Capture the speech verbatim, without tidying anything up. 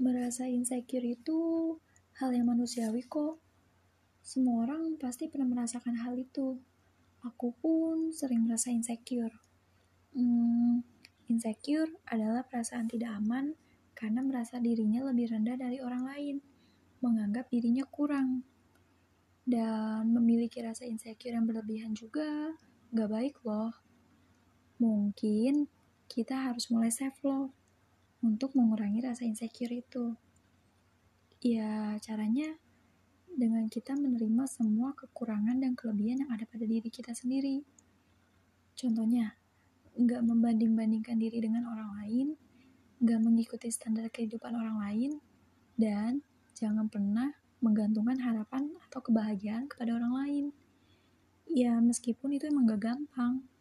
Merasa insecure itu hal yang manusiawi kok. Semua orang pasti pernah merasakan hal itu. Aku pun sering merasa insecure. Hmm, insecure adalah perasaan tidak aman karena merasa dirinya lebih rendah dari orang lain, menganggap dirinya kurang. Dan memiliki rasa insecure yang berlebihan juga gak baik loh. Mungkin kita harus mulai self love untuk mengurangi rasa insecure itu. Ya, caranya dengan kita menerima semua kekurangan dan kelebihan yang ada pada diri kita sendiri. Contohnya, gak membanding-bandingkan diri dengan orang lain, gak mengikuti standar kehidupan orang lain, dan jangan pernah menggantungkan harapan atau kebahagiaan kepada orang lain. Ya, meskipun itu emang gak gampang,